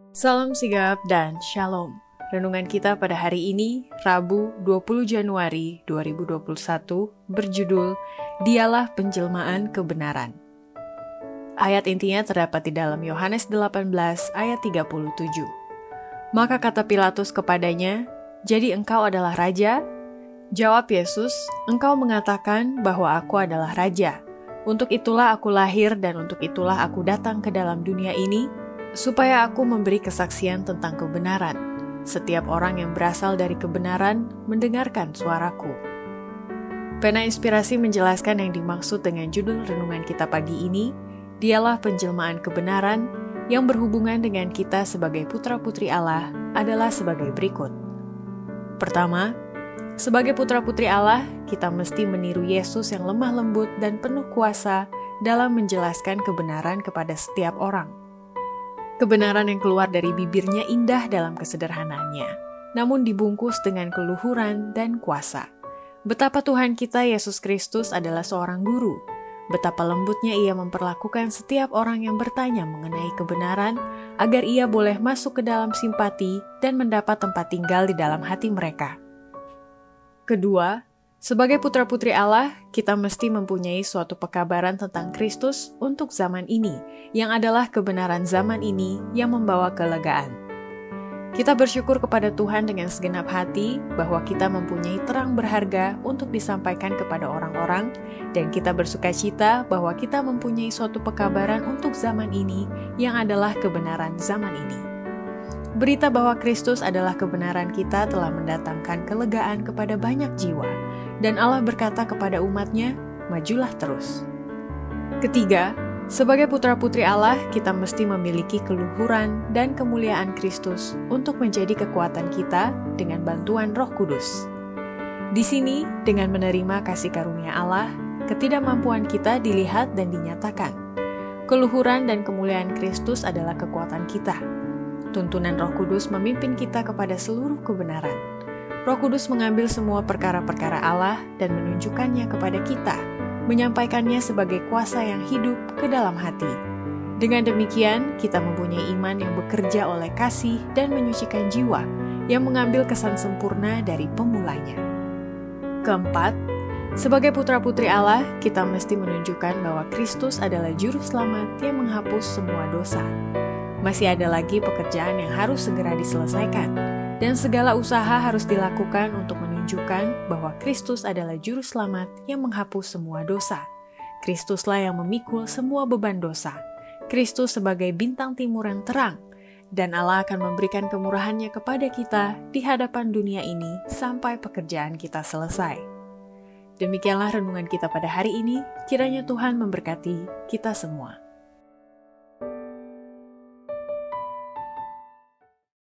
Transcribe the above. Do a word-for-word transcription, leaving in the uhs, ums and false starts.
Salam sigap dan shalom. Renungan kita pada hari ini, Rabu dua puluh Januari dua ribu dua puluh satu, berjudul Dialah Penjelmaan Kebenaran. Ayat intinya terdapat di dalam Yohanes delapan belas ayat tiga puluh tujuh. Maka kata Pilatus kepadanya, "Jadi engkau adalah raja?" Jawab Yesus, "Engkau mengatakan bahwa aku adalah raja. Untuk itulah aku lahir dan untuk itulah aku datang ke dalam dunia ini, supaya aku memberi kesaksian tentang kebenaran. Setiap orang yang berasal dari kebenaran mendengarkan suaraku." Pena Inspirasi menjelaskan yang dimaksud dengan judul renungan kita pagi ini, dialah penjelmaan kebenaran yang berhubungan dengan kita sebagai putra-putri Allah adalah sebagai berikut. Pertama, sebagai putra-putri Allah, kita mesti meniru Yesus yang lemah lembut dan penuh kuasa dalam menjelaskan kebenaran kepada setiap orang. Kebenaran yang keluar dari bibirnya indah dalam kesederhanaannya, namun dibungkus dengan keluhuran dan kuasa. Betapa Tuhan kita Yesus Kristus adalah seorang guru. Betapa lembutnya ia memperlakukan setiap orang yang bertanya mengenai kebenaran, agar ia boleh masuk ke dalam simpati dan mendapat tempat tinggal di dalam hati mereka. Kedua, sebagai putra-putri Allah, kita mesti mempunyai suatu pekabaran tentang Kristus untuk zaman ini, yang adalah kebenaran zaman ini yang membawa kelegaan. Kita bersyukur kepada Tuhan dengan segenap hati bahwa kita mempunyai terang berharga untuk disampaikan kepada orang-orang, dan kita bersukacita bahwa kita mempunyai suatu pekabaran untuk zaman ini yang adalah kebenaran zaman ini. Berita bahwa Kristus adalah kebenaran kita telah mendatangkan kelegaan kepada banyak jiwa, dan Allah berkata kepada umat-Nya, "Majulah terus." Ketiga, sebagai putra-putri Allah, kita mesti memiliki keluhuran dan kemuliaan Kristus untuk menjadi kekuatan kita dengan bantuan Roh Kudus. Di sini, dengan menerima kasih karunia Allah, ketidakmampuan kita dilihat dan dinyatakan. Keluhuran dan kemuliaan Kristus adalah kekuatan kita. Tuntunan Roh Kudus memimpin kita kepada seluruh kebenaran. Roh Kudus mengambil semua perkara-perkara Allah dan menunjukkannya kepada kita, menyampaikannya sebagai kuasa yang hidup ke dalam hati. Dengan demikian, kita mempunyai iman yang bekerja oleh kasih dan menyucikan jiwa, yang mengambil kesan sempurna dari pemulanya. Keempat, sebagai putra-putri Allah, kita mesti menunjukkan bahwa Kristus adalah juru selamat yang menghapus semua dosa. Masih ada lagi pekerjaan yang harus segera diselesaikan, dan segala usaha harus dilakukan untuk menunjukkan bahwa Kristus adalah juru selamat yang menghapus semua dosa. Kristuslah yang memikul semua beban dosa. Kristus sebagai bintang timur yang terang, dan Allah akan memberikan kemurahan-Nya kepada kita di hadapan dunia ini sampai pekerjaan kita selesai. Demikianlah renungan kita pada hari ini. Kiranya Tuhan memberkati kita semua.